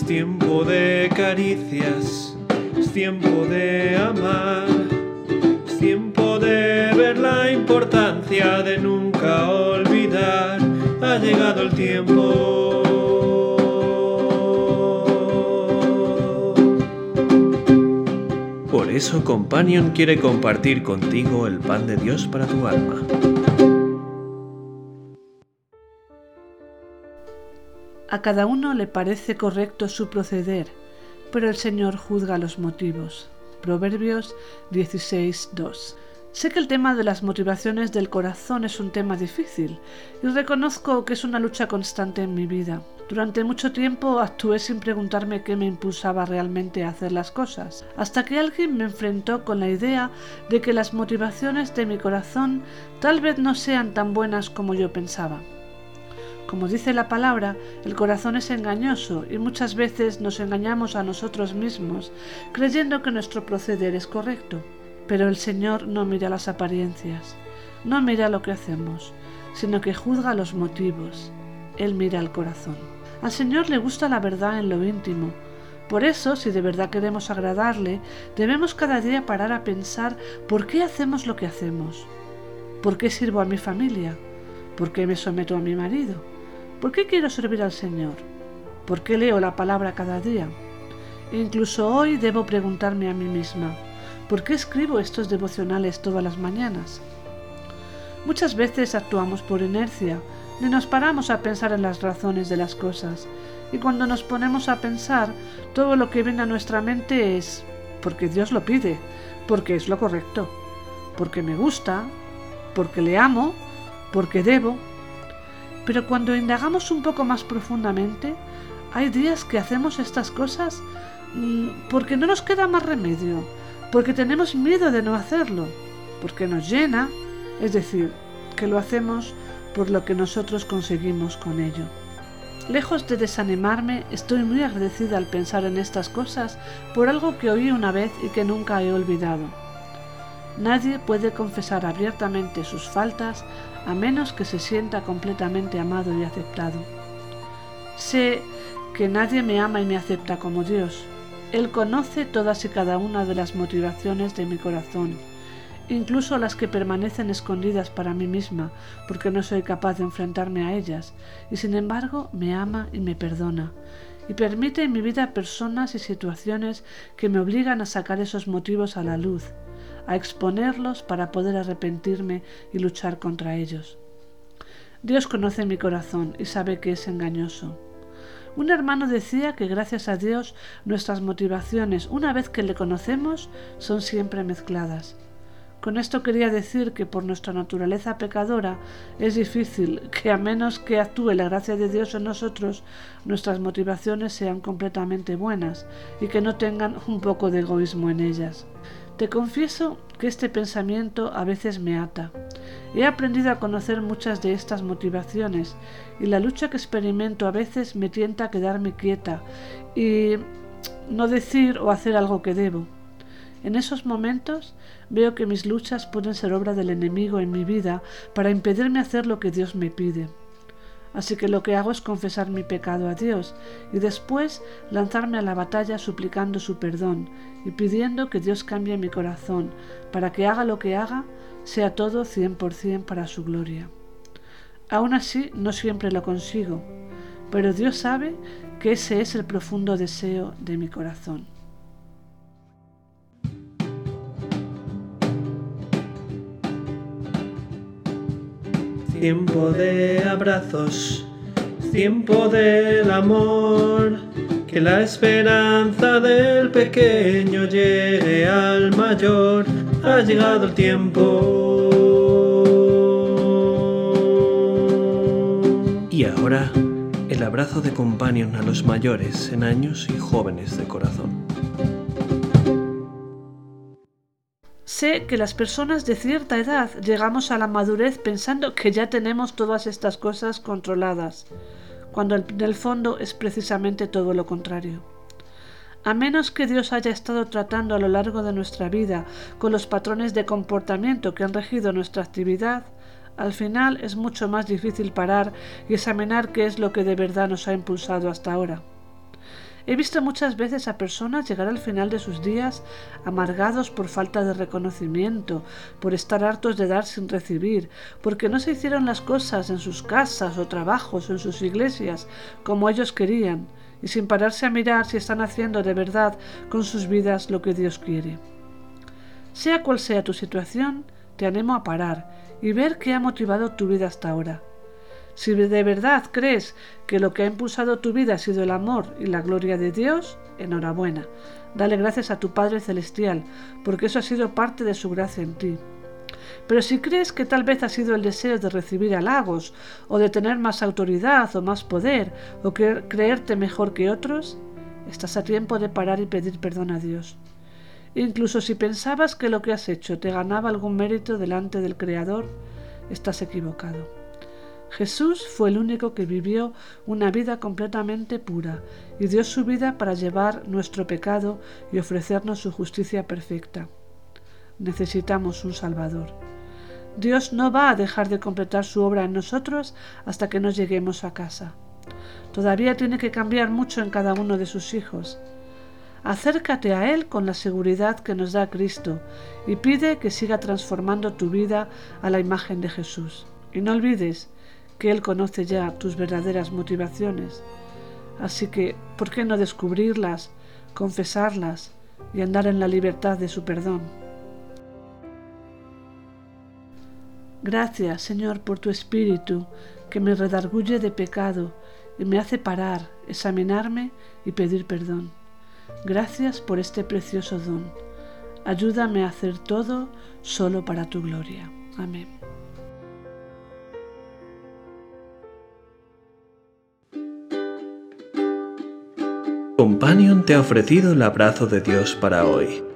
tiempo de caricias, es tiempo de amar, es tiempo de ver la importancia de nunca olvidar. Ha llegado el tiempo. Por eso Companion quiere compartir contigo el pan de Dios para tu alma. A cada uno le parece correcto su proceder, pero el Señor juzga los motivos. Proverbios 16:2. Sé que el tema de las motivaciones del corazón es un tema difícil y reconozco que es una lucha constante en mi vida. Durante mucho tiempo actué sin preguntarme qué me impulsaba realmente a hacer las cosas, hasta que alguien me enfrentó con la idea de que las motivaciones de mi corazón tal vez no sean tan buenas como yo pensaba. Como dice la palabra, el corazón es engañoso y muchas veces nos engañamos a nosotros mismos creyendo que nuestro proceder es correcto. Pero el Señor no mira las apariencias, no mira lo que hacemos, sino que juzga los motivos. Él mira el corazón. Al Señor le gusta la verdad en lo íntimo. Por eso, si de verdad queremos agradarle, debemos cada día parar a pensar por qué hacemos lo que hacemos. ¿Por qué sirvo a mi familia? ¿Por qué me someto a mi marido? ¿Por qué quiero servir al Señor? ¿Por qué leo la palabra cada día? Incluso hoy debo preguntarme a mí misma, ¿por qué escribo estos devocionales todas las mañanas? Muchas veces actuamos por inercia, ni nos paramos a pensar en las razones de las cosas, y cuando nos ponemos a pensar, todo lo que viene a nuestra mente es porque Dios lo pide, porque es lo correcto, porque me gusta, porque le amo, porque debo. Pero cuando indagamos un poco más profundamente, hay días que hacemos estas cosas porque no nos queda más remedio, porque tenemos miedo de no hacerlo, porque nos llena, es decir, que lo hacemos por lo que nosotros conseguimos con ello. Lejos de desanimarme, estoy muy agradecida al pensar en estas cosas por algo que oí una vez y que nunca he olvidado. Nadie puede confesar abiertamente sus faltas a menos que se sienta completamente amado y aceptado. Sé que nadie me ama y me acepta como Dios. Él conoce todas y cada una de las motivaciones de mi corazón, incluso las que permanecen escondidas para mí misma, porque no soy capaz de enfrentarme a ellas, y sin embargo me ama y me perdona, y permite en mi vida personas y situaciones que me obligan a sacar esos motivos a la luz, a exponerlos para poder arrepentirme y luchar contra ellos. Dios conoce mi corazón y sabe que es engañoso. Un hermano decía que gracias a Dios nuestras motivaciones, una vez que le conocemos, son siempre mezcladas. Con esto quería decir que por nuestra naturaleza pecadora es difícil que, a menos que actúe la gracia de Dios en nosotros, nuestras motivaciones sean completamente buenas y que no tengan un poco de egoísmo en ellas. Te confieso que este pensamiento a veces me ata. He aprendido a conocer muchas de estas motivaciones y la lucha que experimento a veces me tienta a quedarme quieta y no decir o hacer algo que debo. En esos momentos veo que mis luchas pueden ser obra del enemigo en mi vida para impedirme hacer lo que Dios me pide. Así que lo que hago es confesar mi pecado a Dios y después lanzarme a la batalla suplicando su perdón y pidiendo que Dios cambie mi corazón para que haga lo que haga, sea todo 100% para su gloria. Aún así, no siempre lo consigo, pero Dios sabe que ese es el profundo deseo de mi corazón. Tiempo de abrazos, tiempo del amor, que la esperanza del pequeño llegue al mayor. Ha llegado el tiempo. Y ahora, el abrazo de Companion a los mayores en años y jóvenes de corazón. Sé que las personas de cierta edad llegamos a la madurez pensando que ya tenemos todas estas cosas controladas, cuando en el fondo es precisamente todo lo contrario. A menos que Dios haya estado tratando a lo largo de nuestra vida con los patrones de comportamiento que han regido nuestra actividad, al final es mucho más difícil parar y examinar qué es lo que de verdad nos ha impulsado hasta ahora. He visto muchas veces a personas llegar al final de sus días amargados por falta de reconocimiento, por estar hartos de dar sin recibir, porque no se hicieron las cosas en sus casas o trabajos o en sus iglesias como ellos querían, y sin pararse a mirar si están haciendo de verdad con sus vidas lo que Dios quiere. Sea cual sea tu situación, te animo a parar y ver qué ha motivado tu vida hasta ahora. Si de verdad crees que lo que ha impulsado tu vida ha sido el amor y la gloria de Dios, enhorabuena. Dale gracias a tu Padre Celestial, porque eso ha sido parte de su gracia en ti. Pero si crees que tal vez ha sido el deseo de recibir halagos, o de tener más autoridad o más poder, o creerte mejor que otros, estás a tiempo de parar y pedir perdón a Dios. Incluso si pensabas que lo que has hecho te ganaba algún mérito delante del Creador, estás equivocado. Jesús fue el único que vivió una vida completamente pura y dio su vida para llevar nuestro pecado y ofrecernos su justicia perfecta. Necesitamos un Salvador. Dios no va a dejar de completar su obra en nosotros hasta que nos lleguemos a casa. Todavía tiene que cambiar mucho en cada uno de sus hijos. Acércate a Él con la seguridad que nos da Cristo y pide que siga transformando tu vida a la imagen de Jesús. Y no olvides que Él conoce ya tus verdaderas motivaciones. Así que, ¿por qué no descubrirlas, confesarlas y andar en la libertad de su perdón? Gracias, Señor, por tu Espíritu, que me redarguye de pecado y me hace parar, examinarme y pedir perdón. Gracias por este precioso don. Ayúdame a hacer todo solo para tu gloria. Amén. Companion te ha ofrecido el abrazo de Dios para hoy.